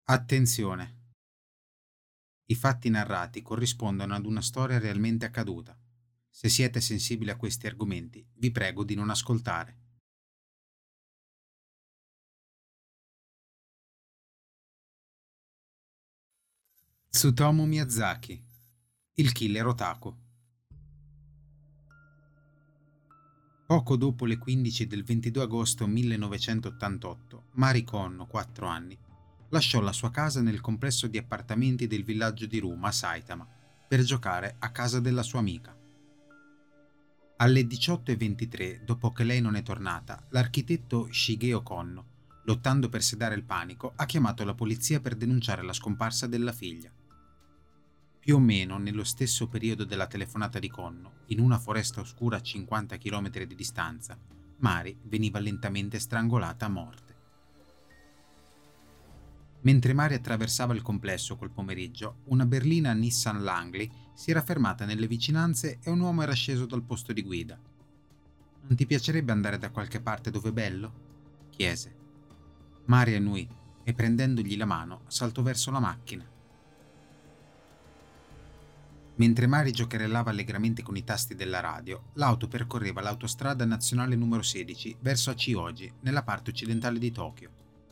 Attenzione! I fatti narrati corrispondono ad una storia realmente accaduta. Se siete sensibili a questi argomenti, vi prego di non ascoltare. Tsutomu Miyazaki, il killer otaku. Poco dopo le 15 del 22 agosto 1988, Mari Konno, 4 anni, lasciò la sua casa nel complesso di appartamenti del villaggio di Ruma, a Saitama, per giocare a casa della sua amica. Alle 18:23, dopo che lei non è tornata, l'architetto Shigeo Konno, lottando per sedare il panico, ha chiamato la polizia per denunciare la scomparsa della figlia. Più o meno nello stesso periodo della telefonata di Conno, in una foresta oscura a 50 km di distanza, Mari veniva lentamente strangolata a morte. Mentre Mari attraversava il complesso quel pomeriggio, una berlina Nissan Langley si era fermata nelle vicinanze e un uomo era sceso dal posto di guida. «Non ti piacerebbe andare da qualche parte dove è bello?» chiese. Mari annuì e prendendogli la mano saltò verso la macchina. Mentre Mari giocherellava allegramente con i tasti della radio, l'auto percorreva l'autostrada nazionale numero 16 verso Hachioji, nella parte occidentale di Tokyo.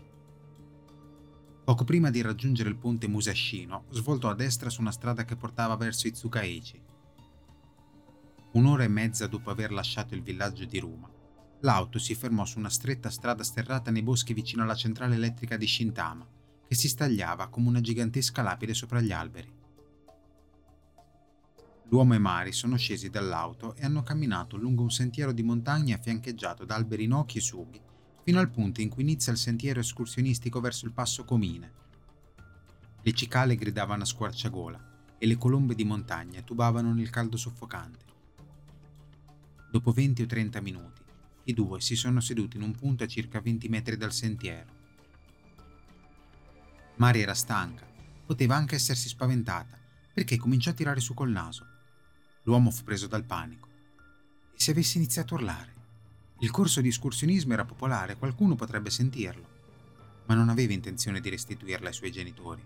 Poco prima di raggiungere il ponte Musashino, svoltò a destra su una strada che portava verso Itsukaichi. Un'ora e mezza dopo aver lasciato il villaggio di Ruma, l'auto si fermò su una stretta strada sterrata nei boschi vicino alla centrale elettrica di Shintama, che si stagliava come una gigantesca lapide sopra gli alberi. L'uomo e Mari sono scesi dall'auto e hanno camminato lungo un sentiero di montagna fiancheggiato da alberi inoki e sughi, fino al punto in cui inizia il sentiero escursionistico verso il passo Comine. Le cicale gridavano a squarciagola e le colombe di montagna tubavano nel caldo soffocante. Dopo 20 o 30 minuti, i due si sono seduti in un punto a circa 20 metri dal sentiero. Mari era stanca, poteva anche essersi spaventata, perché cominciò a tirare su col naso. L'uomo fu preso dal panico. E se avesse iniziato a urlare? Il corso di escursionismo era popolare, qualcuno potrebbe sentirlo, ma non aveva intenzione di restituirla ai suoi genitori.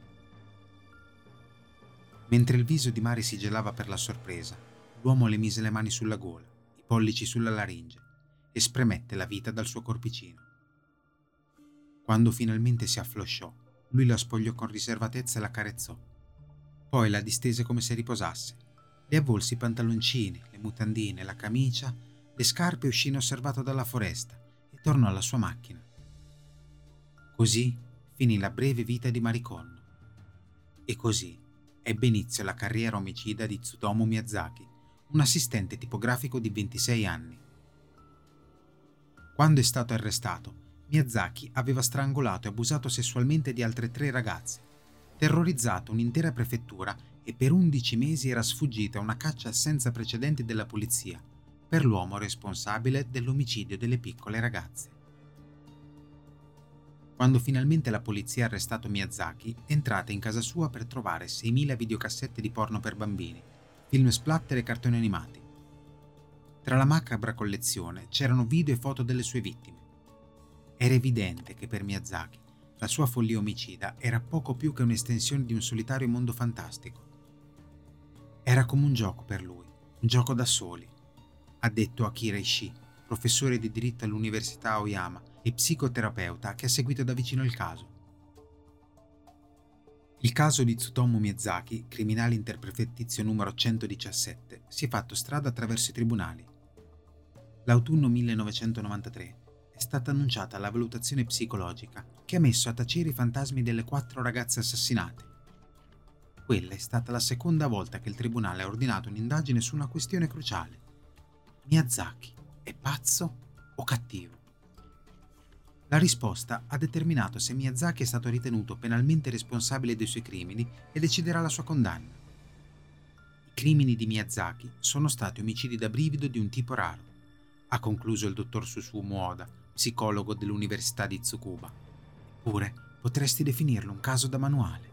Mentre il viso di Mari si gelava per la sorpresa, l'uomo le mise le mani sulla gola, i pollici sulla laringe, e spremette la vita dal suo corpicino. Quando finalmente si afflosciò, lui la spogliò con riservatezza e la carezzò. Poi la distese come se riposasse. Le avvolse i pantaloncini, le mutandine, la camicia, le scarpe e uscì inosservato dalla foresta e tornò alla sua macchina. Così finì la breve vita di Mari Konno. E così ebbe inizio la carriera omicida di Tsutomu Miyazaki, un assistente tipografico di 26 anni. Quando è stato arrestato, Miyazaki aveva strangolato e abusato sessualmente di altre 3 ragazze, terrorizzato un'intera prefettura e per 11 mesi era sfuggito a una caccia senza precedenti della polizia per l'uomo responsabile dell'omicidio delle piccole ragazze. Quando finalmente la polizia ha arrestato Miyazaki, è entrata in casa sua per trovare 6.000 videocassette di porno per bambini, film splatter e cartoni animati. Tra la macabra collezione c'erano video e foto delle sue vittime. Era evidente che per Miyazaki la sua follia omicida era poco più che un'estensione di un solitario mondo fantastico. Era come un gioco per lui, un gioco da soli, ha detto Akira Ishii, professore di diritto all'Università Aoyama e psicoterapeuta che ha seguito da vicino il caso. Il caso di Tsutomu Miyazaki, criminale interprefettizio numero 117, si è fatto strada attraverso i tribunali. L'autunno 1993 è stata annunciata la valutazione psicologica che ha messo a tacere i fantasmi delle 4 ragazze assassinate. Quella è stata la seconda volta che il tribunale ha ordinato un'indagine su una questione cruciale. Miyazaki è pazzo o cattivo? La risposta ha determinato se Miyazaki è stato ritenuto penalmente responsabile dei suoi crimini e deciderà la sua condanna. I crimini di Miyazaki sono stati omicidi da brivido di un tipo raro, ha concluso il dottor Susumu Oda, psicologo dell'Università di Tsukuba. Eppure potresti definirlo un caso da manuale.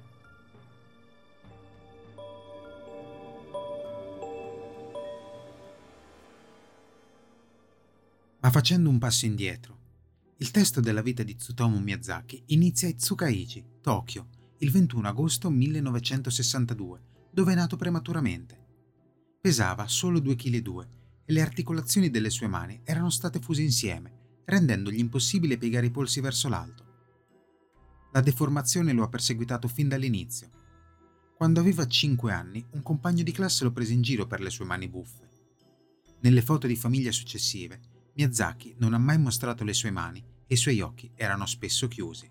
Ma facendo un passo indietro, il testo della vita di Tsutomu Miyazaki inizia a Itsukaichi, Tokyo, il 21 agosto 1962, dove è nato prematuramente. Pesava solo 2,2 kg e le articolazioni delle sue mani erano state fuse insieme, rendendogli impossibile piegare i polsi verso l'alto. La deformazione lo ha perseguitato fin dall'inizio. Quando aveva 5 anni, un compagno di classe lo prese in giro per le sue mani buffe. Nelle foto di famiglia successive, Miyazaki non ha mai mostrato le sue mani e i suoi occhi erano spesso chiusi.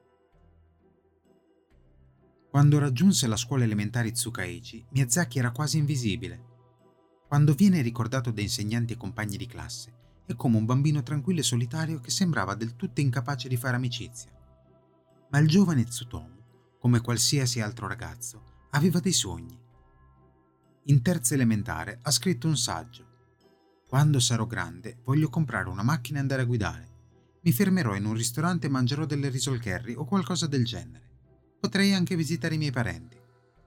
Quando raggiunse la scuola elementare Tsukaichi, Miyazaki era quasi invisibile. Quando viene ricordato da insegnanti e compagni di classe, è come un bambino tranquillo e solitario che sembrava del tutto incapace di fare amicizia. Ma il giovane Tsutomu, come qualsiasi altro ragazzo, aveva dei sogni. In terza elementare ha scritto un saggio. Quando sarò grande voglio comprare una macchina e andare a guidare. Mi fermerò in un ristorante e mangerò delle risol curry o qualcosa del genere. Potrei anche visitare i miei parenti.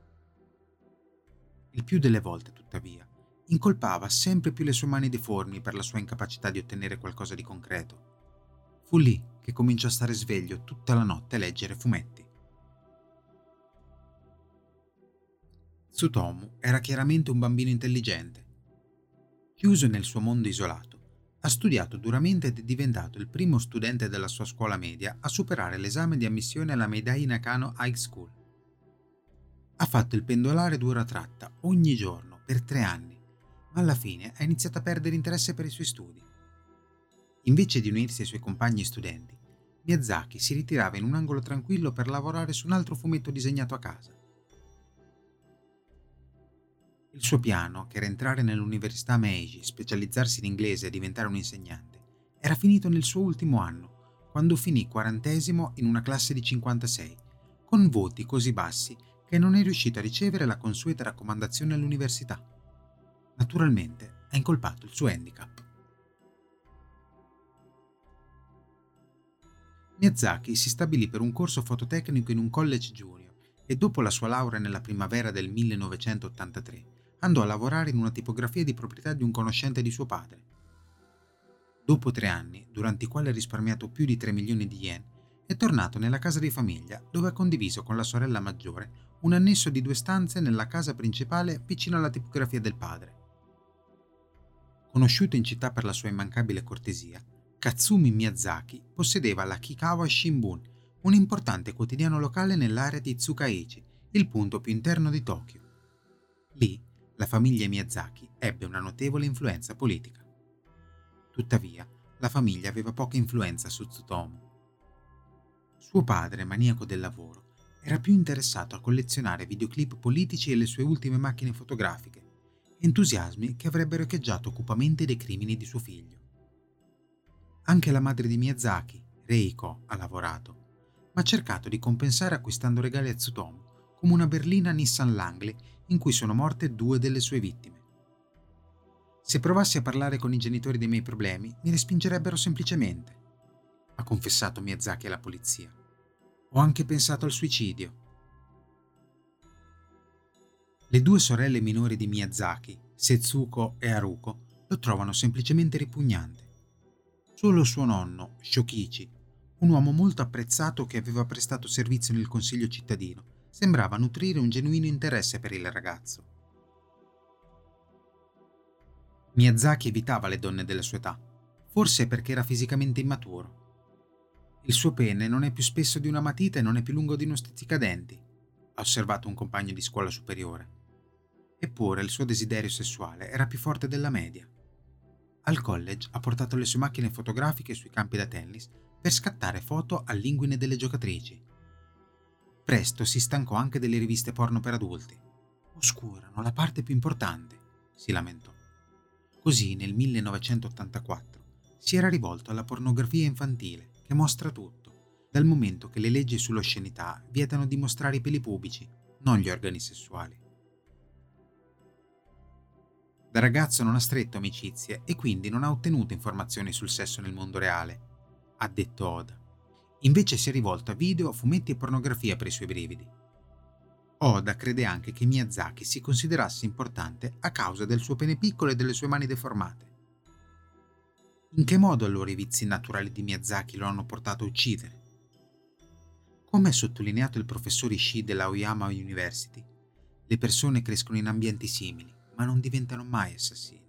Il più delle volte, tuttavia, incolpava sempre più le sue mani deformi per la sua incapacità di ottenere qualcosa di concreto. Fu lì che cominciò a stare sveglio tutta la notte a leggere fumetti. Tsutomu era chiaramente un bambino intelligente. Chiuso nel suo mondo isolato, ha studiato duramente ed è diventato il primo studente della sua scuola media a superare l'esame di ammissione alla Meidai Nakano High School. Ha fatto il pendolare 2 ore a tratta ogni giorno per 3 anni, ma alla fine ha iniziato a perdere interesse per i suoi studi. Invece di unirsi ai suoi compagni studenti, Miyazaki si ritirava in un angolo tranquillo per lavorare su un altro fumetto disegnato a casa. Il suo piano, che era entrare nell'università Meiji, specializzarsi in inglese e diventare un insegnante, era finito nel suo ultimo anno, quando finì 40° in una classe di 56, con voti così bassi che non è riuscito a ricevere la consueta raccomandazione all'università. Naturalmente ha incolpato il suo handicap. Miyazaki si stabilì per un corso fototecnico in un college junior e dopo la sua laurea nella primavera del 1983 andò a lavorare in una tipografia di proprietà di un conoscente di suo padre. Dopo 3 anni, durante i quali ha risparmiato più di 3 milioni di yen, è tornato nella casa di famiglia dove ha condiviso con la sorella maggiore un annesso di 2 stanze nella casa principale vicino alla tipografia del padre. Conosciuto in città per la sua immancabile cortesia, Katsumi Miyazaki possedeva la Kikawa Shimbun, un importante quotidiano locale nell'area di Tsukaichi, il punto più interno di Tokyo. Lì, la famiglia Miyazaki ebbe una notevole influenza politica. Tuttavia, la famiglia aveva poca influenza su Tsutomu. Suo padre, maniaco del lavoro, era più interessato a collezionare videoclip politici e le sue ultime macchine fotografiche, entusiasmi che avrebbero echeggiato cupamente dei crimini di suo figlio. Anche la madre di Miyazaki, Reiko, ha lavorato, ma ha cercato di compensare acquistando regali a Tsutomu, come una berlina Nissan Langley in cui sono morte 2 delle sue vittime. Se provassi a parlare con i genitori dei miei problemi, mi respingerebbero semplicemente, ha confessato Miyazaki alla polizia. Ho anche pensato al suicidio. Le 2 sorelle minori di Miyazaki, Setsuko e Haruko, lo trovano semplicemente ripugnante. Solo suo nonno, Shokichi, un uomo molto apprezzato che aveva prestato servizio nel consiglio cittadino, sembrava nutrire un genuino interesse per il ragazzo. Miyazaki evitava le donne della sua età, forse perché era fisicamente immaturo. Il suo pene non è più spesso di una matita e non è più lungo di uno stuzzicadenti, ha osservato un compagno di scuola superiore. Eppure il suo desiderio sessuale era più forte della media. Al college ha portato le sue macchine fotografiche sui campi da tennis per scattare foto all'inguine delle giocatrici. Presto si stancò anche delle riviste porno per adulti. Oscurano la parte più importante, si lamentò. Così nel 1984 si era rivolto alla pornografia infantile, che mostra tutto, dal momento che le leggi sull'oscenità vietano di mostrare i peli pubici, non gli organi sessuali. Da ragazzo non ha stretto amicizie e quindi non ha ottenuto informazioni sul sesso nel mondo reale, ha detto Oda. Invece si è rivolto a video, fumetti e pornografia per i suoi brividi. Oda crede anche che Miyazaki si considerasse importante a causa del suo pene piccolo e delle sue mani deformate. In che modo allora i vizi naturali di Miyazaki lo hanno portato a uccidere? Come ha sottolineato il professor Ishii della Aoyama University, le persone crescono in ambienti simili, ma non diventano mai assassini.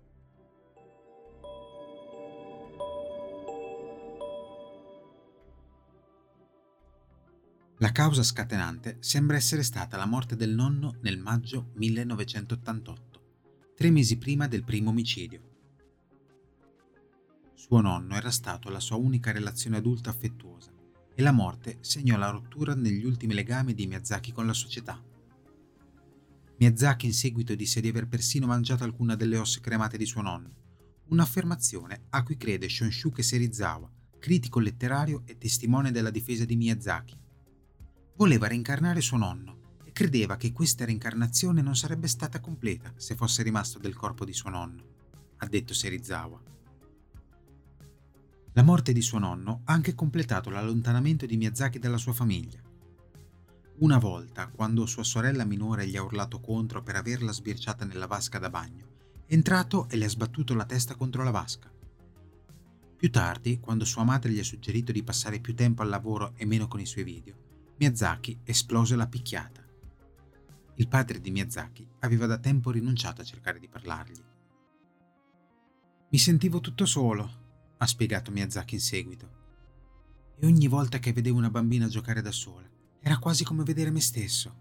La causa scatenante sembra essere stata la morte del nonno nel maggio 1988, 3 mesi prima del primo omicidio. Suo nonno era stato la sua unica relazione adulta affettuosa e la morte segnò la rottura negli ultimi legami di Miyazaki con la società. Miyazaki in seguito disse di aver persino mangiato alcune delle ossa cremate di suo nonno, un'affermazione a cui crede Shonshuke Serizawa, critico letterario e testimone della difesa di Miyazaki. Voleva reincarnare suo nonno e credeva che questa reincarnazione non sarebbe stata completa se fosse rimasto del corpo di suo nonno, ha detto Serizawa. La morte di suo nonno ha anche completato l'allontanamento di Miyazaki dalla sua famiglia. Una volta, quando sua sorella minore gli ha urlato contro per averla sbirciata nella vasca da bagno, è entrato e le ha sbattuto la testa contro la vasca. Più tardi, quando sua madre gli ha suggerito di passare più tempo al lavoro e meno con i suoi video, Miyazaki esplose la picchiata. Il padre di Miyazaki aveva da tempo rinunciato a cercare di parlargli. Mi sentivo tutto solo, ha spiegato Miyazaki in seguito. E ogni volta che vedevo una bambina giocare da sola, era quasi come vedere me stesso.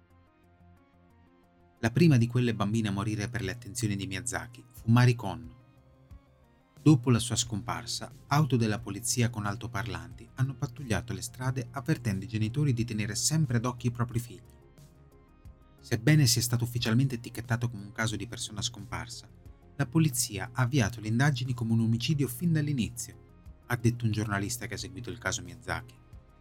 La prima di quelle bambine a morire per le attenzioni di Miyazaki fu Mari Konno. Dopo la sua scomparsa, auto della polizia con altoparlanti hanno pattugliato le strade avvertendo i genitori di tenere sempre d'occhio i propri figli. Sebbene sia stato ufficialmente etichettato come un caso di persona scomparsa, la polizia ha avviato le indagini come un omicidio fin dall'inizio, ha detto un giornalista che ha seguito il caso Miyazaki.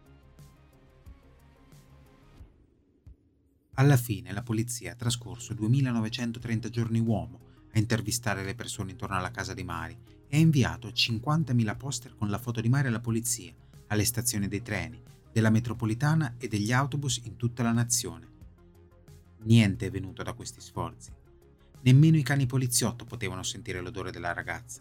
Alla fine la polizia ha trascorso 2930 giorni uomo a intervistare le persone intorno alla casa di Mari e ha inviato 50.000 poster con la foto di Mari alla polizia, alle stazioni dei treni, della metropolitana e degli autobus in tutta la nazione. Niente è venuto da questi sforzi. Nemmeno i cani poliziotto potevano sentire l'odore della ragazza.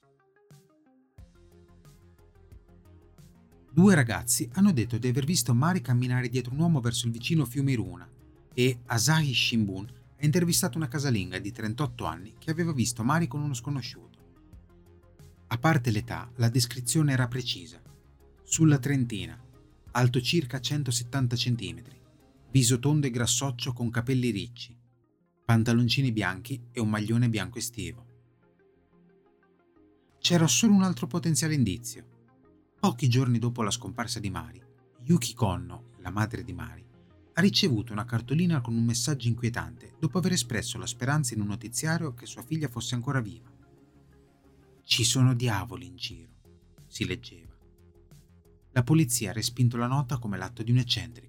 2 ragazzi hanno detto di aver visto Mari camminare dietro un uomo verso il vicino fiume Iruna e Asahi Shimbun ha intervistato una casalinga di 38 anni che aveva visto Mari con uno sconosciuto. A parte l'età, la descrizione era precisa. Sulla trentina, alto circa 170 cm, viso tondo e grassoccio con capelli ricci, pantaloncini bianchi e un maglione bianco estivo. C'era solo un altro potenziale indizio. Pochi giorni dopo la scomparsa di Mari, Yuki Konno, la madre di Mari, ha ricevuto una cartolina con un messaggio inquietante dopo aver espresso la speranza in un notiziario che sua figlia fosse ancora viva. Ci sono diavoli in giro, si leggeva. La polizia ha respinto la nota come l'atto di un eccentrico.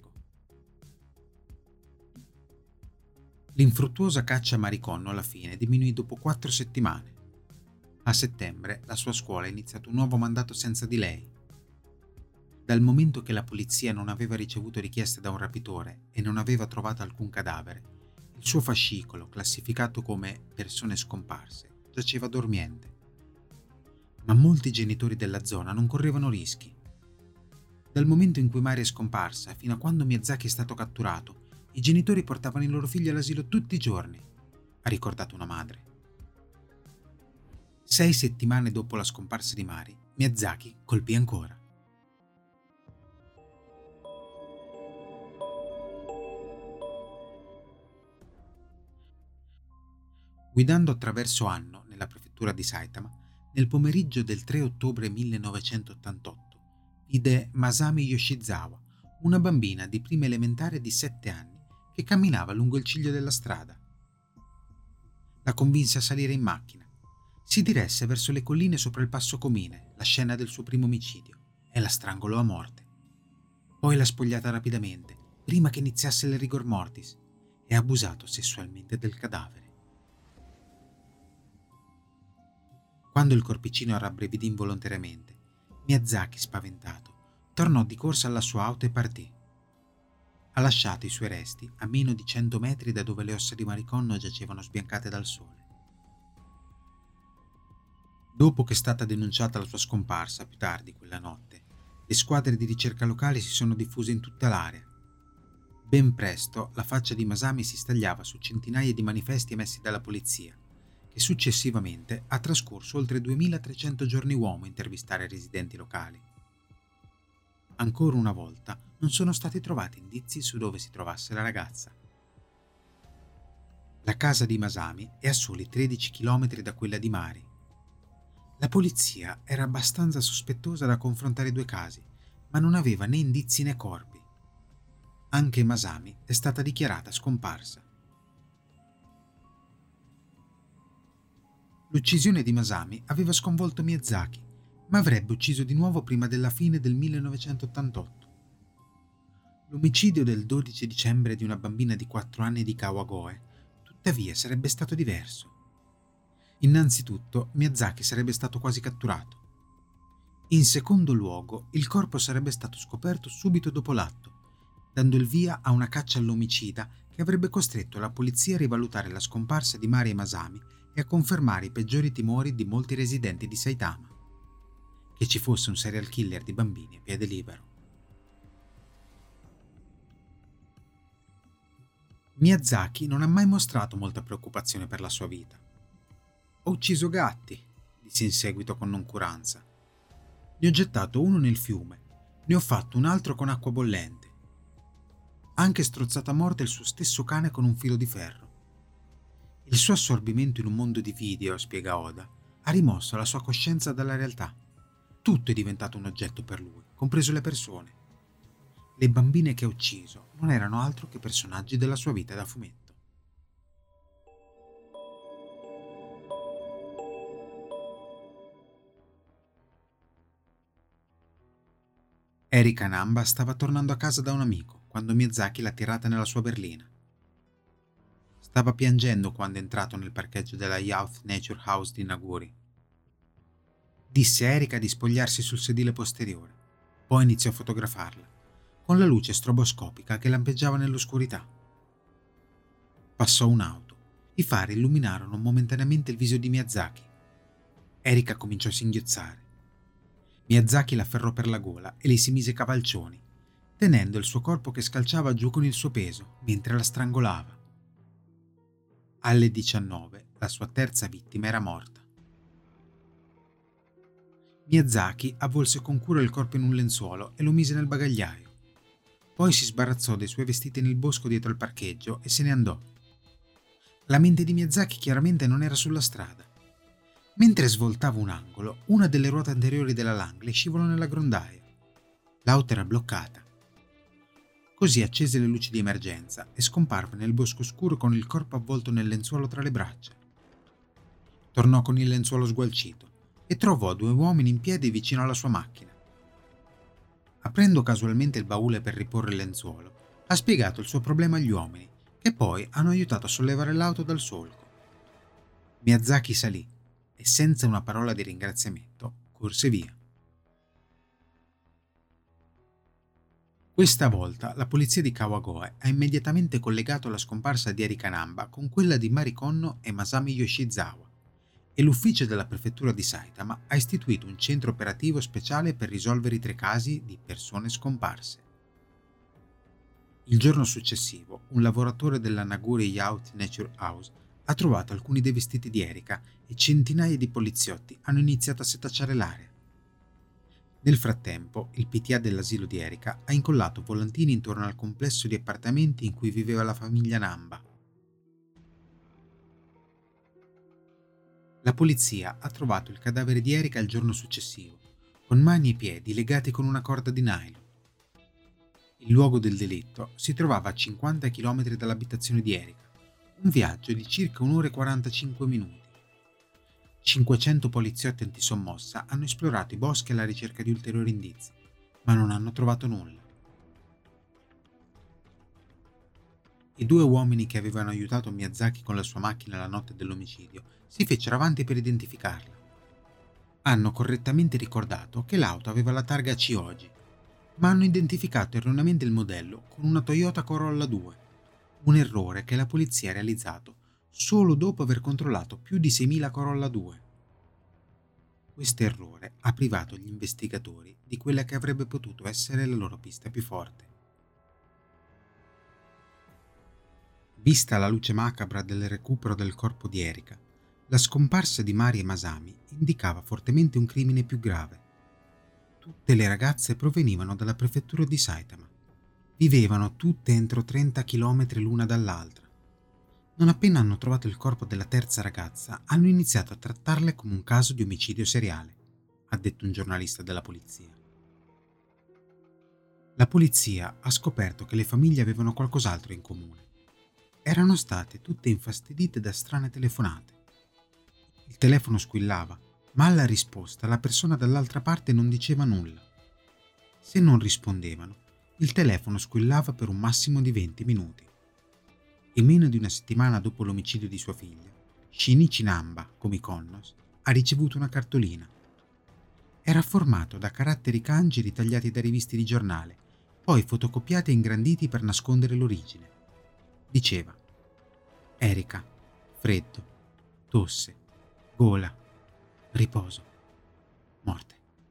L'infruttuosa caccia a Mari Konno alla fine diminuì dopo 4 settimane. A settembre la sua scuola ha iniziato un nuovo mandato senza di lei. Dal momento che la polizia non aveva ricevuto richieste da un rapitore e non aveva trovato alcun cadavere, il suo fascicolo, classificato come persone scomparse, giaceva dormiente. Ma molti genitori della zona non correvano rischi. Dal momento in cui Mari è scomparsa fino a quando Miyazaki è stato catturato, i genitori portavano i loro figli all'asilo tutti i giorni, ha ricordato una madre. 6 settimane dopo la scomparsa di Mari, Miyazaki colpì ancora. Guidando attraverso Anno, nella prefettura di Saitama, nel pomeriggio del 3 ottobre 1988, vide Masami Yoshizawa, una bambina di prima elementare di 7 anni, che camminava lungo il ciglio della strada. La convinse a salire in macchina. Si diresse verso le colline sopra il Passo Comine, la scena del suo primo omicidio, e la strangolò a morte. Poi l'ha spogliata rapidamente, prima che iniziasse il rigor mortis, e ha abusato sessualmente del cadavere. Quando il corpicino rabbrividì involontariamente, Miyazaki, spaventato, tornò di corsa alla sua auto e partì. Ha lasciato i suoi resti a meno di 100 metri da dove le ossa di Mari Konno giacevano sbiancate dal sole. Dopo che è stata denunciata la sua scomparsa più tardi quella notte, Le squadre di ricerca locali si sono diffuse in tutta l'area. Ben presto la faccia di Masami si stagliava su centinaia di manifesti emessi dalla polizia, che successivamente ha trascorso oltre 2300 giorni uomo a intervistare residenti locali. Ancora una volta non sono stati trovati indizi su dove si trovasse la ragazza. La casa di Masami è a soli 13 km da quella di Mari. La polizia era abbastanza sospettosa da confrontare i due casi, ma non aveva né indizi né corpi. Anche Masami è stata dichiarata scomparsa. L'uccisione di Masami aveva sconvolto Miyazaki, ma avrebbe ucciso di nuovo prima della fine del 1988. L'omicidio del 12 dicembre di una bambina di 4 anni di Kawagoe, tuttavia, sarebbe stato diverso. Innanzitutto, Miyazaki sarebbe stato quasi catturato. In secondo luogo, il corpo sarebbe stato scoperto subito dopo l'atto, dando il via a una caccia all'omicida che avrebbe costretto la polizia a rivalutare la scomparsa di Mari e Masami e a confermare i peggiori timori di molti residenti di Saitama: che ci fosse un serial killer di bambini a piede libero. Miyazaki non ha mai mostrato molta preoccupazione per la sua vita. «Ho ucciso gatti», disse in seguito con noncuranza. «Ne ho gettato uno nel fiume, ne ho fatto un altro con acqua bollente. Ha anche strozzato a morte il suo stesso cane con un filo di ferro». Il suo assorbimento in un mondo di video, spiega Oda, ha rimosso la sua coscienza dalla realtà. Tutto è diventato un oggetto per lui, compreso le persone. Le bambine che ha ucciso non erano altro che personaggi della sua vita da fumetto. Erika Namba stava tornando a casa da un amico quando Miyazaki l'ha tirata nella sua berlina. Stava piangendo quando è entrato nel parcheggio della Youth Nature House di Naguri. Disse a Erika di spogliarsi sul sedile posteriore, poi iniziò a fotografarla, con la luce stroboscopica che lampeggiava nell'oscurità. Passò un'auto. I fari illuminarono momentaneamente il viso di Miyazaki. Erika cominciò a singhiozzare. Miyazaki l'afferrò per la gola e le si mise cavalcioni, tenendo il suo corpo che scalciava giù con il suo peso mentre la strangolava. Alle 19 la sua terza vittima era morta. Miyazaki avvolse con cura il corpo in un lenzuolo e lo mise nel bagagliaio. Poi si sbarazzò dei suoi vestiti nel bosco dietro il parcheggio e se ne andò. La mente di Miyazaki chiaramente non era sulla strada. Mentre svoltava un angolo, una delle ruote anteriori della Langley scivolò nella grondaia. L'auto era bloccata. Così accese le luci di emergenza e scomparve nel bosco scuro con il corpo avvolto nel lenzuolo tra le braccia. Tornò con il lenzuolo sgualcito e trovò due uomini in piedi vicino alla sua macchina. Aprendo casualmente il baule per riporre il lenzuolo, ha spiegato il suo problema agli uomini, che poi hanno aiutato a sollevare l'auto dal solco. Miyazaki salì e senza una parola di ringraziamento corse via. Questa volta la polizia di Kawagoe ha immediatamente collegato la scomparsa di Erika Namba con quella di Mari Konno e Masami Yoshizawa, e l'ufficio della prefettura di Saitama ha istituito un centro operativo speciale per risolvere i 3 casi di persone scomparse. Il giorno successivo, un lavoratore della Naguri Youth Nature House ha trovato alcuni dei vestiti di Erika e centinaia di poliziotti hanno iniziato a setacciare l'area. Nel frattempo, il PTA dell'asilo di Erika ha incollato volantini intorno al complesso di appartamenti in cui viveva la famiglia Namba. La polizia ha trovato il cadavere di Erika il giorno successivo, con mani e piedi legati con una corda di nylon. Il luogo del delitto si trovava a 50 km dall'abitazione di Erika, un viaggio di circa 1 ora e 45 minuti. 500 poliziotti antisommossa hanno esplorato i boschi alla ricerca di ulteriori indizi, ma non hanno trovato nulla. I 2 uomini che avevano aiutato Miyazaki con la sua macchina la notte dell'omicidio si fecero avanti per identificarla. Hanno correttamente ricordato che l'auto aveva la targa COG, ma hanno identificato erroneamente il modello con una Toyota Corolla 2, un errore che la polizia ha realizzato solo dopo aver controllato più di 6.000 Corolla 2. Questo errore ha privato gli investigatori di quella che avrebbe potuto essere la loro pista più forte. Vista la luce macabra del recupero del corpo di Erika, la scomparsa di Mari e Masami indicava fortemente un crimine più grave. Tutte le ragazze provenivano dalla prefettura di Saitama. Vivevano tutte entro 30 chilometri l'una dall'altra. Non appena hanno trovato il corpo della terza ragazza, hanno iniziato a trattarle come un caso di omicidio seriale, ha detto un giornalista della polizia. La polizia ha scoperto che le famiglie avevano qualcos'altro in comune. Erano state tutte infastidite da strane telefonate. Il telefono squillava, ma alla risposta la persona dall'altra parte non diceva nulla. Se non rispondevano, il telefono squillava per un massimo di 20 minuti. E meno di una settimana dopo l'omicidio di sua figlia, Shinichi Namba, come Connos, ha ricevuto una cartolina. Era formato da caratteri kanji ritagliati da riviste di giornale, poi fotocopiati e ingranditi per nascondere l'origine. Diceva: Erika, freddo, tosse, gola, riposo, morte.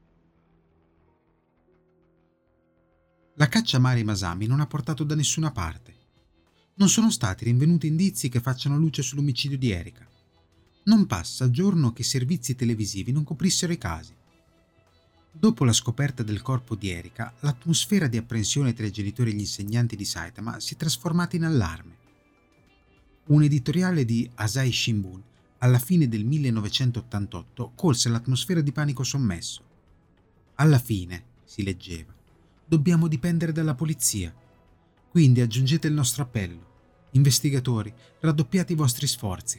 La caccia a Mari Masami non ha portato da nessuna parte. Non sono stati rinvenuti indizi che facciano luce sull'omicidio di Erika. Non passa giorno che i servizi televisivi non coprissero i casi. Dopo la scoperta del corpo di Erika, l'atmosfera di apprensione tra i genitori e gli insegnanti di Saitama si è trasformata in allarme. Un editoriale di Asahi Shimbun, alla fine del 1988, colse l'atmosfera di panico sommesso. Alla fine, si leggeva, dobbiamo dipendere dalla polizia. Quindi aggiungete il nostro appello. Investigatori, raddoppiate i vostri sforzi.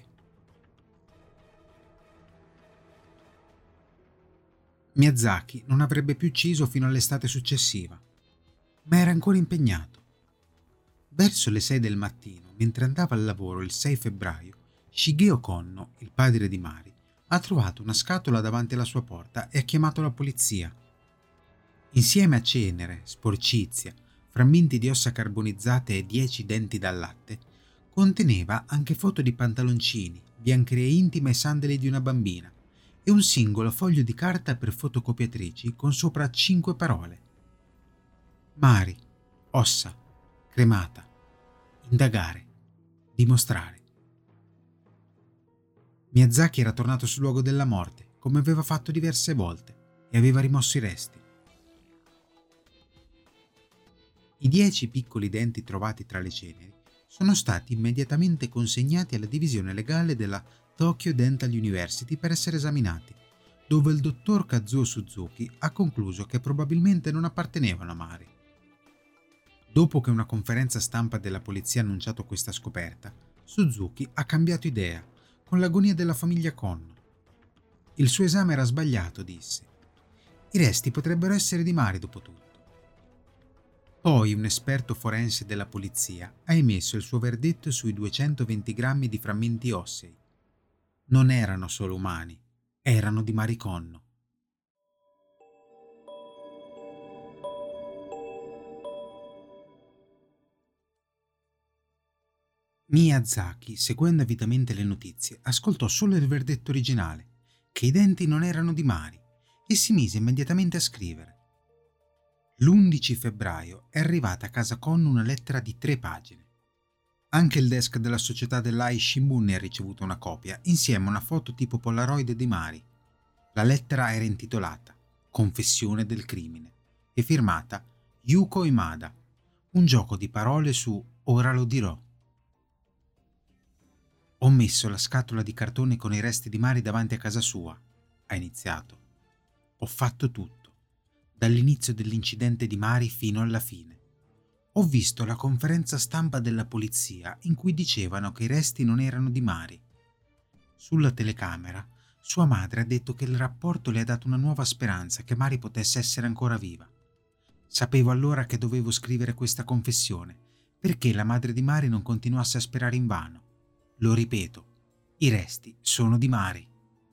Miyazaki non avrebbe più ucciso fino all'estate successiva, ma era ancora impegnato. Verso le 6 del mattino, mentre andava al lavoro il 6 febbraio, Shigeo Konno, il padre di Mari, ha trovato una scatola davanti alla sua porta e ha chiamato la polizia. Insieme a cenere, sporcizia, frammenti di ossa carbonizzate e 10 denti da latte, conteneva anche foto di pantaloncini, biancheria intima e sandali di una bambina e un singolo foglio di carta per fotocopiatrici con sopra 5 parole. Mari, ossa, cremata, indagare, dimostrare. Miyazaki era tornato sul luogo della morte, come aveva fatto diverse volte, e aveva rimosso i resti. I 10 piccoli denti trovati tra le ceneri sono stati immediatamente consegnati alla divisione legale della Tokyo Dental University per essere esaminati, dove il dottor Kazuo Suzuki ha concluso che probabilmente non appartenevano a Mari. Dopo che una conferenza stampa della polizia ha annunciato questa scoperta, Suzuki ha cambiato idea, con l'agonia della famiglia Konno. Il suo esame era sbagliato, disse. I resti potrebbero essere di Mari, dopo tutto. Poi un esperto forense della polizia ha emesso il suo verdetto sui 220 grammi di frammenti ossei. Non erano solo umani, erano di Mari Konno. Miyazaki, seguendo avidamente le notizie, ascoltò solo il verdetto originale, che i denti non erano di Mari, e si mise immediatamente a scrivere. L'11 febbraio è arrivata a casa Konno una lettera di 3 pagine. Anche il desk della società dell'Ai Shimbun ne ha ricevuto una copia, insieme a una foto tipo Polaroid di Mari. La lettera era intitolata Confessione del crimine e firmata Yuko Imada, un gioco di parole su Ora lo dirò. Ho messo la scatola di cartone con i resti di Mari davanti a casa sua, ha iniziato. Ho fatto tutto, dall'inizio dell'incidente di Mari fino alla fine. Ho visto la conferenza stampa della polizia in cui dicevano che i resti non erano di Mari. Sulla telecamera, sua madre ha detto che il rapporto le ha dato una nuova speranza che Mari potesse essere ancora viva. Sapevo allora che dovevo scrivere questa confessione, perché la madre di Mari non continuasse a sperare invano. Lo ripeto, i resti sono di Mari.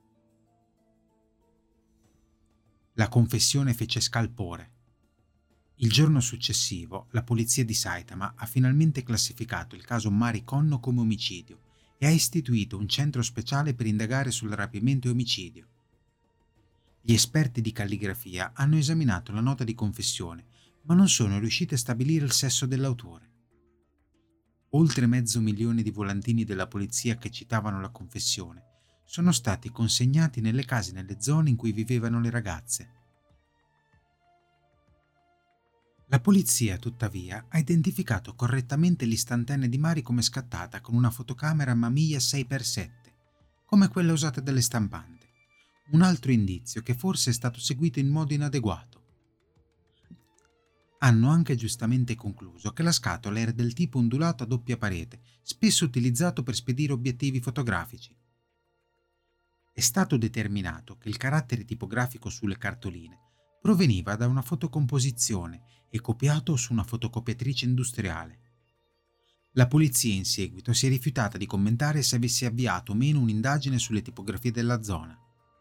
La confessione fece scalpore. Il giorno successivo, la polizia di Saitama ha finalmente classificato il caso Mari Konno come omicidio e ha istituito un centro speciale per indagare sul rapimento e omicidio. Gli esperti di calligrafia hanno esaminato la nota di confessione, ma non sono riusciti a stabilire il sesso dell'autore. Oltre 500.000 di volantini della polizia che citavano la confessione sono stati consegnati nelle case e nelle zone in cui vivevano le ragazze. La polizia, tuttavia, ha identificato correttamente l'istantanea di Mari come scattata con una fotocamera Mamiya 6x7, come quella usata dalle stampanti, un altro indizio che forse è stato seguito in modo inadeguato. Hanno anche giustamente concluso che la scatola era del tipo ondulato a doppia parete, spesso utilizzato per spedire obiettivi fotografici. È stato determinato che il carattere tipografico sulle cartoline proveniva da una fotocomposizione e copiato su una fotocopiatrice industriale. La polizia in seguito si è rifiutata di commentare se avesse avviato o meno un'indagine sulle tipografie della zona.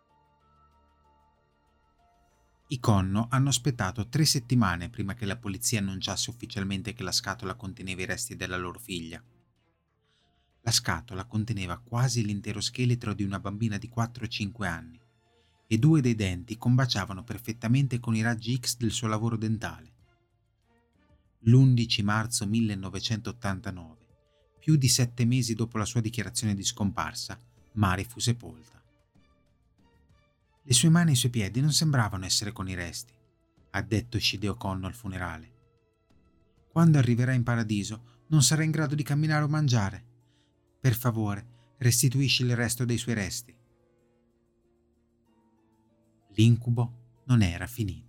I Conno hanno aspettato 3 settimane prima che la polizia annunciasse ufficialmente che la scatola conteneva i resti della loro figlia. La scatola conteneva quasi l'intero scheletro di una bambina di 4-5 anni e 2 dei denti combaciavano perfettamente con i raggi X del suo lavoro dentale. L'11 marzo 1989, più di 7 mesi dopo la sua dichiarazione di scomparsa, Mari fu sepolta. Le sue mani e i suoi piedi non sembravano essere con i resti, ha detto Shide Conno al funerale. Quando arriverà in paradiso non sarà in grado di camminare o mangiare. Per favore, restituisci il resto dei suoi resti. L'incubo non era finito.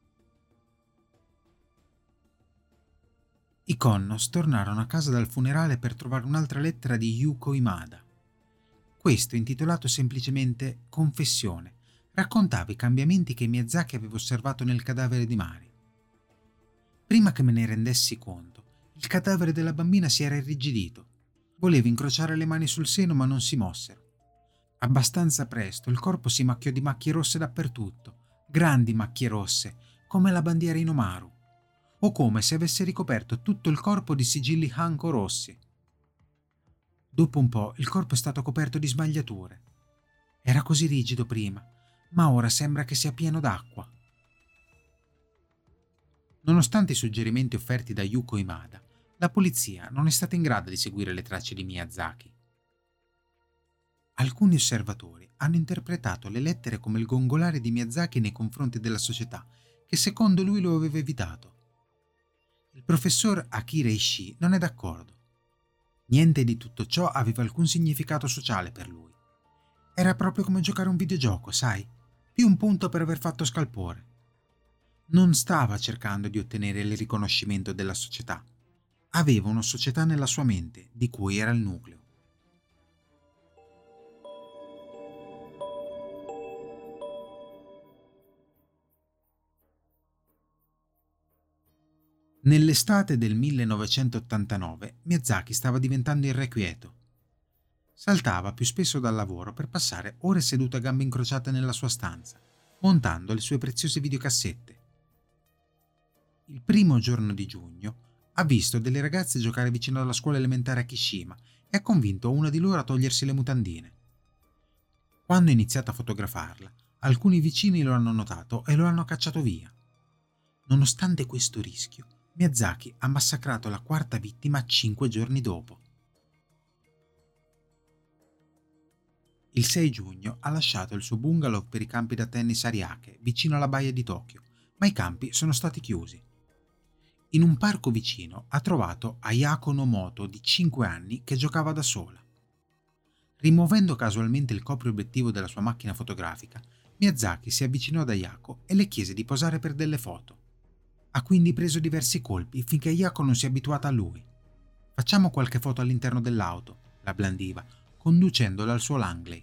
I Connos tornarono a casa dal funerale per trovare un'altra lettera di Yuko Imada. Questo, intitolato semplicemente Confessione, raccontava i cambiamenti che Miyazaki aveva osservato nel cadavere di Mari. Prima che me ne rendessi conto, il cadavere della bambina si era irrigidito. Volevo incrociare le mani sul seno ma non si mossero. Abbastanza presto il corpo si macchiò di macchie rosse dappertutto, grandi macchie rosse, come la bandiera in Omaru, o come se avesse ricoperto tutto il corpo di sigilli Hanko rossi. Dopo un po' il corpo è stato coperto di smagliature. Era così rigido prima, ma ora sembra che sia pieno d'acqua. Nonostante i suggerimenti offerti da Yuko Imada, la polizia non è stata in grado di seguire le tracce di Miyazaki. Alcuni osservatori hanno interpretato le lettere come il gongolare di Miyazaki nei confronti della società, che secondo lui lo aveva evitato. Il professor Akira Ishii non è d'accordo. Niente di tutto ciò aveva alcun significato sociale per lui. Era proprio come giocare un videogioco, sai? Più un punto per aver fatto scalpore. Non stava cercando di ottenere il riconoscimento della società. Aveva una società nella sua mente, di cui era il nucleo. Nell'estate del 1989 Miyazaki stava diventando irrequieto. Saltava più spesso dal lavoro per passare ore seduto a gambe incrociate nella sua stanza, montando le sue preziose videocassette. Il primo giorno di giugno ha visto delle ragazze giocare vicino alla scuola elementare a Kishima e ha convinto una di loro a togliersi le mutandine. Quando ha iniziato a fotografarla, alcuni vicini lo hanno notato e lo hanno cacciato via. Nonostante questo rischio, Miyazaki ha massacrato la 4ª vittima 5 giorni dopo. Il 6 giugno ha lasciato il suo bungalow per i campi da tennis Ariake, vicino alla baia di Tokyo, ma i campi sono stati chiusi. In un parco vicino ha trovato Ayako Nomoto di 5 anni che giocava da sola. Rimuovendo casualmente il copriobiettivo della sua macchina fotografica, Miyazaki si avvicinò ad Ayako e le chiese di posare per delle foto. Ha quindi preso diversi colpi finché Ayako non si è abituata a lui. «Facciamo qualche foto all'interno dell'auto», la blandiva, conducendola al suo Langley.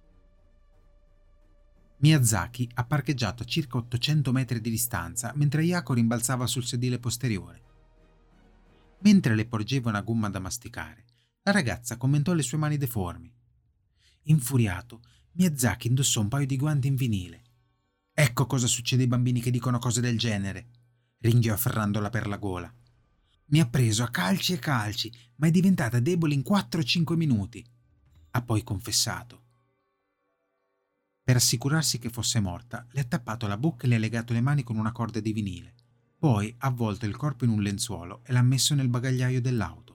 Miyazaki ha parcheggiato a circa 800 metri di distanza mentre Ayako rimbalzava sul sedile posteriore. Mentre le porgeva una gomma da masticare, la ragazza commentò le sue mani deformi. Infuriato, Miyazaki indossò un paio di guanti in vinile. «Ecco cosa succede ai bambini che dicono cose del genere», ringhiò afferrandola per la gola. «Mi ha preso a calci e calci, ma è diventata debole in 4-5 minuti», ha poi confessato. Per assicurarsi che fosse morta, le ha tappato la bocca e le ha legato le mani con una corda di vinile. Poi ha avvolto il corpo in un lenzuolo e l'ha messo nel bagagliaio dell'auto.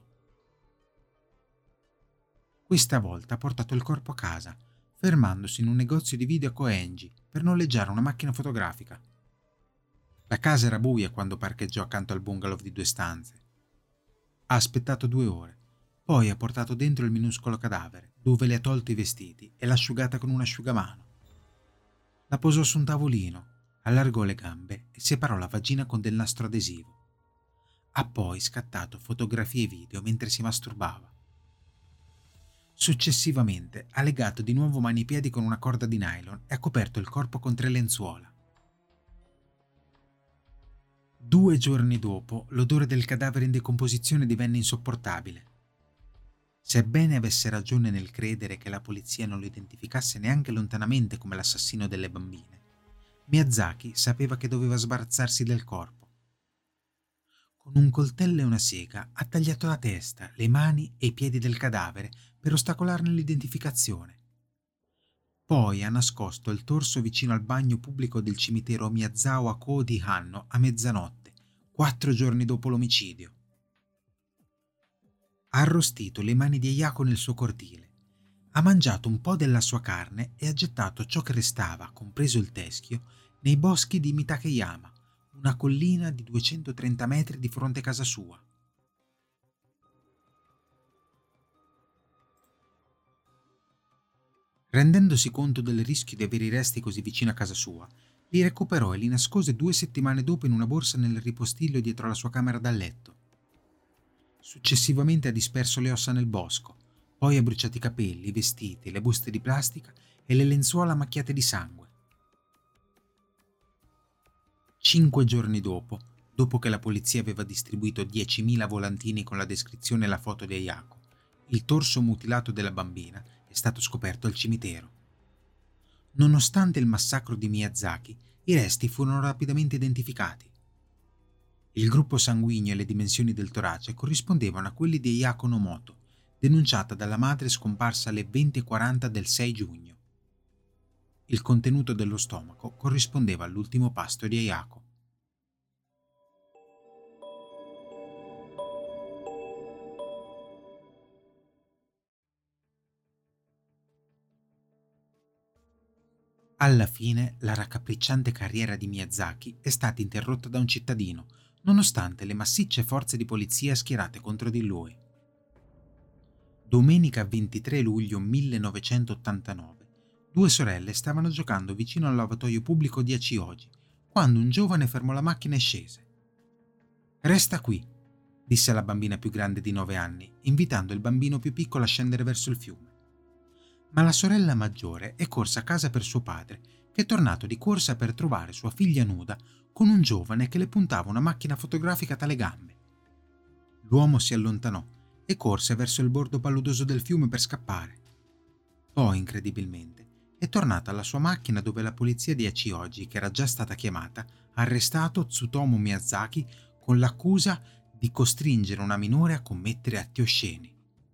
Questa volta ha portato il corpo a casa, fermandosi in un negozio di video a Koenji per noleggiare una macchina fotografica. La casa era buia quando parcheggiò accanto al bungalow di 2 stanze. Ha aspettato 2 ore, poi ha portato dentro il minuscolo cadavere, dove le ha tolto i vestiti e l'ha asciugata con un asciugamano. La posò su un tavolino, allargò le gambe e separò la vagina con del nastro adesivo. Ha poi scattato fotografie e video mentre si masturbava. Successivamente ha legato di nuovo mani e piedi con una corda di nylon e ha coperto il corpo con 3 lenzuola. 2 giorni dopo, l'odore del cadavere in decomposizione divenne insopportabile. Sebbene avesse ragione nel credere che la polizia non lo identificasse neanche lontanamente come l'assassino delle bambine, Miyazaki sapeva che doveva sbarazzarsi del corpo. Con un coltello e una sega ha tagliato la testa, le mani e i piedi del cadavere per ostacolarne l'identificazione. Poi ha nascosto il torso vicino al bagno pubblico del cimitero Miyazawa-ko di Hanno a mezzanotte, 4 giorni dopo l'omicidio. Ha arrostito le mani di Ayako nel suo cortile, ha mangiato un po' della sua carne e ha gettato ciò che restava, compreso il teschio, nei boschi di Mitakeyama, una collina di 230 metri di fronte a casa sua. Rendendosi conto del rischio di avere i resti così vicino a casa sua, li recuperò e li nascose 2 settimane dopo in una borsa nel ripostiglio dietro la sua camera da letto. Successivamente ha disperso le ossa nel bosco, poi ha bruciato i capelli, i vestiti, le buste di plastica e le lenzuola macchiate di sangue. 5 giorni dopo che la polizia aveva distribuito 10.000 volantini con la descrizione e la foto di Ayako, il torso mutilato della bambina è stato scoperto al cimitero. Nonostante il massacro di Miyazaki, i resti furono rapidamente identificati. Il gruppo sanguigno e le dimensioni del torace corrispondevano a quelli di Ayako Nomoto, denunciata dalla madre scomparsa alle 20:40 del 6 giugno. Il contenuto dello stomaco corrispondeva all'ultimo pasto di Ayako. Alla fine, la raccapricciante carriera di Miyazaki è stata interrotta da un cittadino, nonostante le massicce forze di polizia schierate contro di lui. Domenica 23 luglio 1989, 2 sorelle stavano giocando vicino al lavatoio pubblico di Hachioji, quando un giovane fermò la macchina e scese. «Resta qui», disse alla bambina più grande di 9 anni, invitando il bambino più piccolo a scendere verso il fiume. Ma la sorella maggiore è corsa a casa per suo padre, che è tornato di corsa per trovare sua figlia nuda con un giovane che le puntava una macchina fotografica dalle gambe. L'uomo si allontanò e corse verso il bordo paludoso del fiume per scappare. Poi, incredibilmente, è tornata alla sua macchina dove la polizia di Hachioji, che era già stata chiamata, ha arrestato Tsutomu Miyazaki con l'accusa di costringere una minore a commettere atti osceni.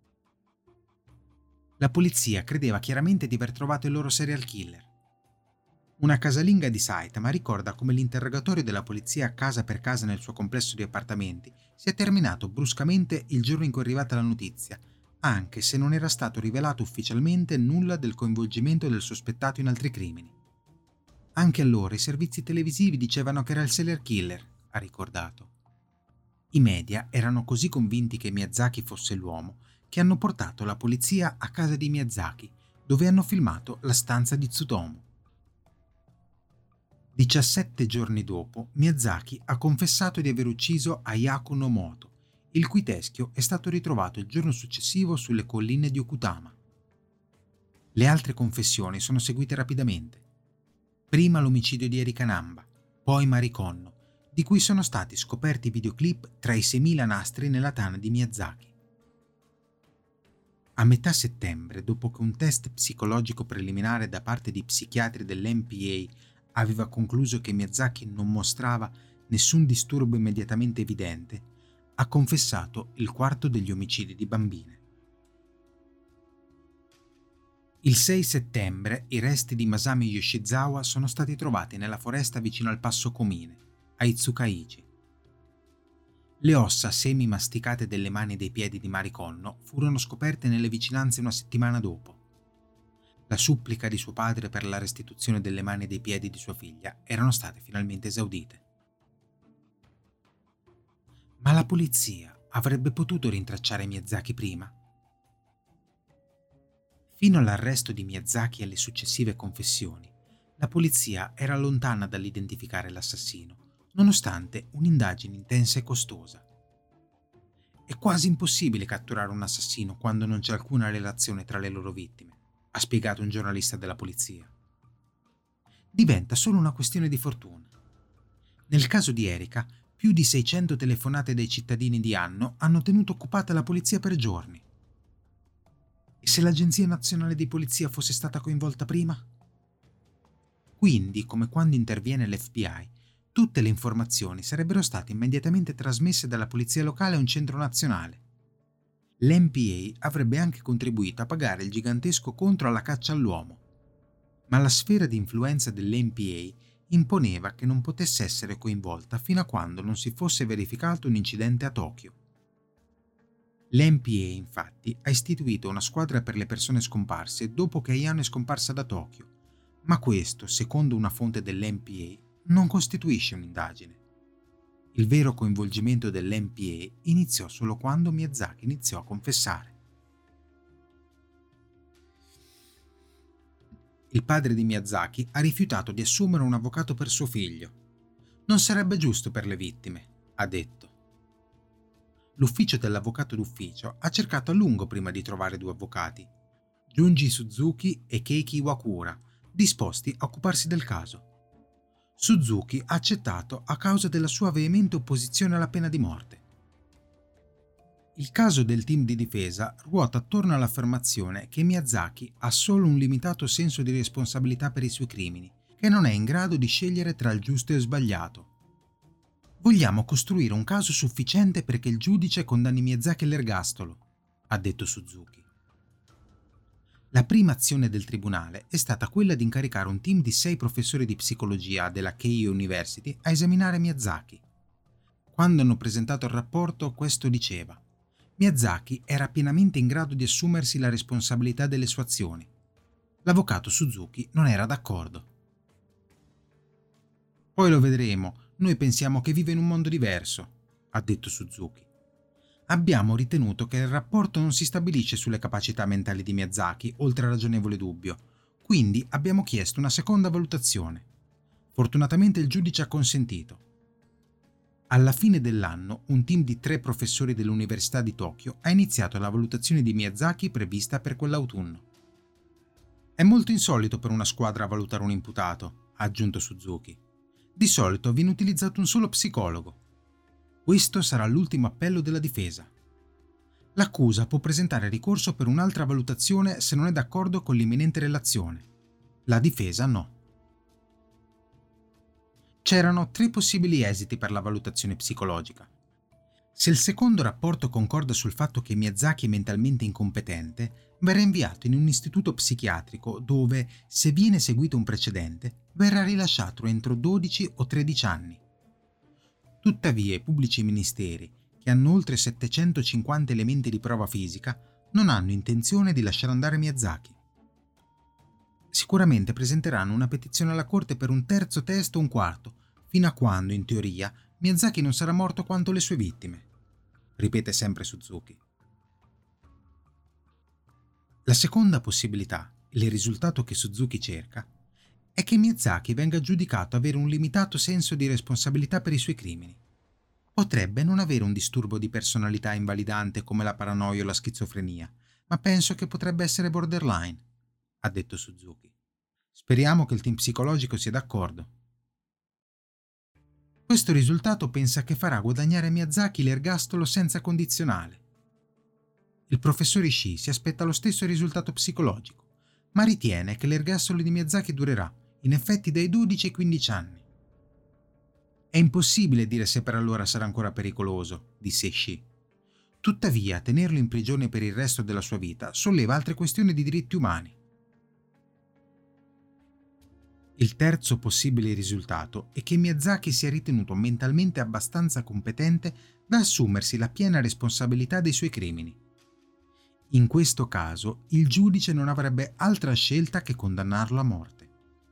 La polizia credeva chiaramente di aver trovato il loro serial killer. Una casalinga di Saitama ricorda come l'interrogatorio della polizia casa per casa nel suo complesso di appartamenti sia terminato bruscamente il giorno in cui è arrivata la notizia, anche se non era stato rivelato ufficialmente nulla del coinvolgimento del sospettato in altri crimini. Anche allora i servizi televisivi dicevano che era il serial killer, ha ricordato. I media erano così convinti che Miyazaki fosse l'uomo che hanno portato la polizia a casa di Miyazaki, dove hanno filmato la stanza di Tsutomu. 17 giorni dopo, Miyazaki ha confessato di aver ucciso Ayako Nomoto, il cui teschio è stato ritrovato il giorno successivo sulle colline di Okutama. Le altre confessioni sono seguite rapidamente. Prima l'omicidio di Erika Namba, poi Mariconno, di cui sono stati scoperti videoclip tra i 6.000 nastri nella tana di Miyazaki. A metà settembre, dopo che un test psicologico preliminare da parte di psichiatri dell'NPA aveva concluso che Miyazaki non mostrava nessun disturbo immediatamente evidente, ha confessato il quarto degli omicidi di bambine. Il 6 settembre i resti di Masami Yoshizawa sono stati trovati nella foresta vicino al passo Komine, a Itsukaichi. Le ossa semi-masticate delle mani e dei piedi di Mariconno furono scoperte nelle vicinanze una settimana dopo. La supplica di suo padre per la restituzione delle mani e dei piedi di sua figlia erano state finalmente esaudite. Ma la polizia avrebbe potuto rintracciare Miyazaki prima? Fino all'arresto di Miyazaki e alle successive confessioni, la polizia era lontana dall'identificare l'assassino, nonostante un'indagine intensa e costosa. È quasi impossibile catturare un assassino quando non c'è alcuna relazione tra le loro vittime, ha spiegato un giornalista della polizia. Diventa solo una questione di fortuna. Nel caso di Erika, più di 600 telefonate dai cittadini di Anno hanno tenuto occupata la polizia per giorni. E se l'Agenzia Nazionale di Polizia fosse stata coinvolta prima? Quindi, come quando interviene l'FBI, tutte le informazioni sarebbero state immediatamente trasmesse dalla polizia locale a un centro nazionale. L'NPA avrebbe anche contribuito a pagare il gigantesco contro alla caccia all'uomo, ma la sfera di influenza dell'NPA imponeva che non potesse essere coinvolta fino a quando non si fosse verificato un incidente a Tokyo. L'NPA infatti ha istituito una squadra per le persone scomparse dopo che Ayano è scomparsa da Tokyo, ma questo, secondo una fonte dell'NPA, non costituisce un'indagine. Il vero coinvolgimento dell'NPA iniziò solo quando Miyazaki iniziò a confessare. Il padre di Miyazaki ha rifiutato di assumere un avvocato per suo figlio. Non sarebbe giusto per le vittime, ha detto. L'ufficio dell'avvocato d'ufficio ha cercato a lungo prima di trovare due avvocati, Junji Suzuki e Keiki Iwakura, disposti a occuparsi del caso. Suzuki ha accettato a causa della sua veemente opposizione alla pena di morte. Il caso del team di difesa ruota attorno all'affermazione che Miyazaki ha solo un limitato senso di responsabilità per i suoi crimini, che non è in grado di scegliere tra il giusto e il sbagliato. Vogliamo costruire un caso sufficiente perché il giudice condanni Miyazaki all'ergastolo, ha detto Suzuki. La prima azione del tribunale è stata quella di incaricare un team di 6 professori di psicologia della Keio University a esaminare Miyazaki. Quando hanno presentato il rapporto, questo diceva: Miyazaki era pienamente in grado di assumersi la responsabilità delle sue azioni. L'avvocato Suzuki non era d'accordo. Poi lo vedremo, noi pensiamo che vive in un mondo diverso, ha detto Suzuki. Abbiamo ritenuto che il rapporto non si stabilisce sulle capacità mentali di Miyazaki, oltre a ragionevole dubbio, quindi abbiamo chiesto una seconda valutazione. Fortunatamente il giudice ha consentito. Alla fine dell'anno, un team di 3 professori dell'Università di Tokyo ha iniziato la valutazione di Miyazaki prevista per quell'autunno. È molto insolito per una squadra valutare un imputato, ha aggiunto Suzuki. Di solito viene utilizzato un solo psicologo. Questo sarà l'ultimo appello della difesa. L'accusa può presentare ricorso per un'altra valutazione se non è d'accordo con l'imminente relazione. La difesa no. C'erano 3 possibili esiti per la valutazione psicologica. Se il secondo rapporto concorda sul fatto che Miyazaki è mentalmente incompetente, verrà inviato in un istituto psichiatrico dove, se viene seguito un precedente, verrà rilasciato entro 12 o 13 anni. Tuttavia i pubblici ministeri, che hanno oltre 750 elementi di prova fisica, non hanno intenzione di lasciare andare Miyazaki. Sicuramente presenteranno una petizione alla Corte per un terzo test o un quarto, fino a quando, in teoria, Miyazaki non sarà morto quanto le sue vittime, ripete sempre Suzuki. La seconda possibilità, il risultato che Suzuki cerca, è che Miyazaki venga giudicato avere un limitato senso di responsabilità per i suoi crimini. Potrebbe non avere un disturbo di personalità invalidante come la paranoia o la schizofrenia, ma penso che potrebbe essere borderline, ha detto Suzuki. Speriamo che il team psicologico sia d'accordo. Questo risultato pensa che farà guadagnare a Miyazaki l'ergastolo senza condizionale. Il professor Ishii si aspetta lo stesso risultato psicologico, ma ritiene che l'ergastolo di Miyazaki durerà, in effetti, dai 12 ai 15 anni. È impossibile dire se per allora sarà ancora pericoloso, disse Ishii. Tuttavia, tenerlo in prigione per il resto della sua vita solleva altre questioni di diritti umani. Il terzo possibile risultato è che Miyazaki sia ritenuto mentalmente abbastanza competente da assumersi la piena responsabilità dei suoi crimini. In questo caso, il giudice non avrebbe altra scelta che condannarlo a morte.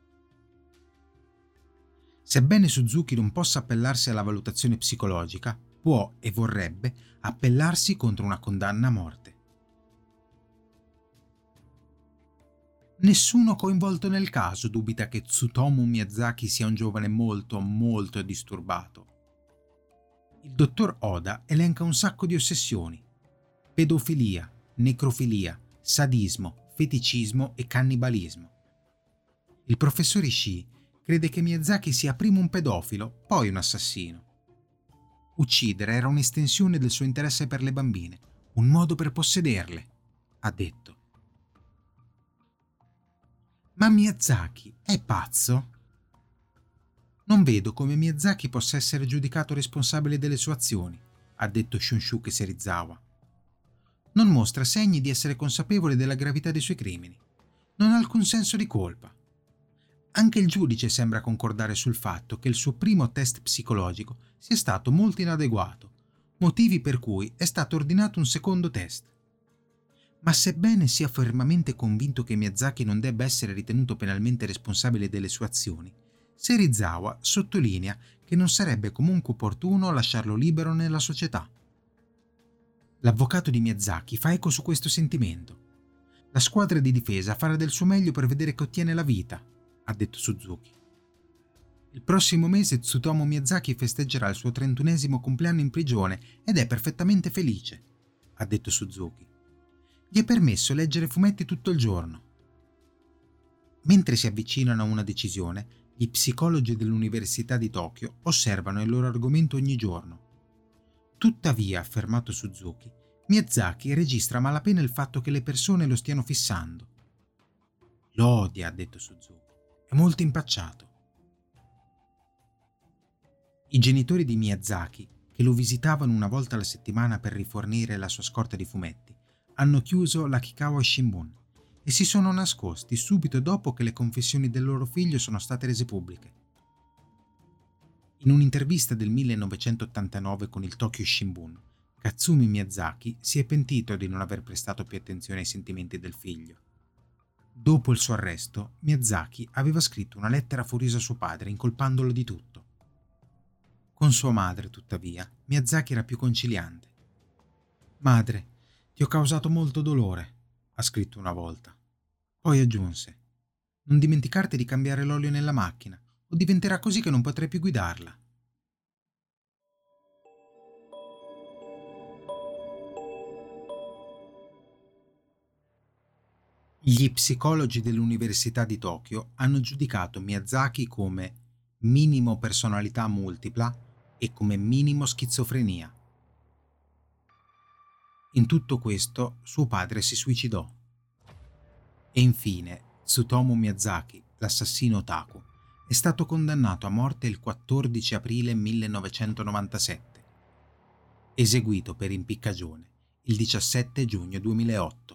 Sebbene Suzuki non possa appellarsi alla valutazione psicologica, può e vorrebbe appellarsi contro una condanna a morte. Nessuno coinvolto nel caso dubita che Tsutomu Miyazaki sia un giovane molto disturbato. Il dottor Oda elenca un sacco di ossessioni: pedofilia, necrofilia, sadismo, feticismo e cannibalismo. Il professor Ishii crede che Miyazaki sia prima un pedofilo, poi un assassino. Uccidere era un'estensione del suo interesse per le bambine, un modo per possederle, ha detto. Ma Miyazaki è pazzo? Non vedo come Miyazaki possa essere giudicato responsabile delle sue azioni, ha detto Shunsuke Serizawa. Non mostra segni di essere consapevole della gravità dei suoi crimini. Non ha alcun senso di colpa. Anche il giudice sembra concordare sul fatto che il suo primo test psicologico sia stato molto inadeguato, motivi per cui è stato ordinato un secondo test. Ma sebbene sia fermamente convinto che Miyazaki non debba essere ritenuto penalmente responsabile delle sue azioni, Serizawa sottolinea che non sarebbe comunque opportuno lasciarlo libero nella società. L'avvocato di Miyazaki fa eco su questo sentimento. La squadra di difesa farà del suo meglio per vedere che ottiene la vita, ha detto Suzuki. Il prossimo mese Tsutomu Miyazaki festeggerà il suo 31esimo compleanno in prigione ed è perfettamente felice, ha detto Suzuki. Gli è permesso leggere fumetti tutto il giorno. Mentre si avvicinano a una decisione, gli psicologi dell'Università di Tokyo osservano il loro argomento ogni giorno. Tuttavia, ha affermato Suzuki, Miyazaki registra a malapena il fatto che le persone lo stiano fissando. Lo odia, ha detto Suzuki. È molto impacciato. I genitori di Miyazaki, che lo visitavano una volta alla settimana per rifornire la sua scorta di fumetti, hanno chiuso l'Akikawa Shimbun e si sono nascosti subito dopo che le confessioni del loro figlio sono state rese pubbliche. In un'intervista del 1989 con il Tokyo Shimbun, Katsumi Miyazaki si è pentito di non aver prestato più attenzione ai sentimenti del figlio. Dopo il suo arresto, Miyazaki aveva scritto una lettera furiosa a suo padre, incolpandolo di tutto. Con sua madre, tuttavia, Miyazaki era più conciliante. «Madre, ti ho causato molto dolore», ha scritto una volta. Poi aggiunse: «Non dimenticarti di cambiare l'olio nella macchina, o diventerà così che non potrai più guidarla». Gli psicologi dell'Università di Tokyo hanno giudicato Miyazaki come minimo personalità multipla e come minimo schizofrenia. In tutto questo, suo padre si suicidò. E infine, Tsutomu Miyazaki, l'assassino otaku, è stato condannato a morte il 14 aprile 1997, eseguito per impiccagione il 17 giugno 2008.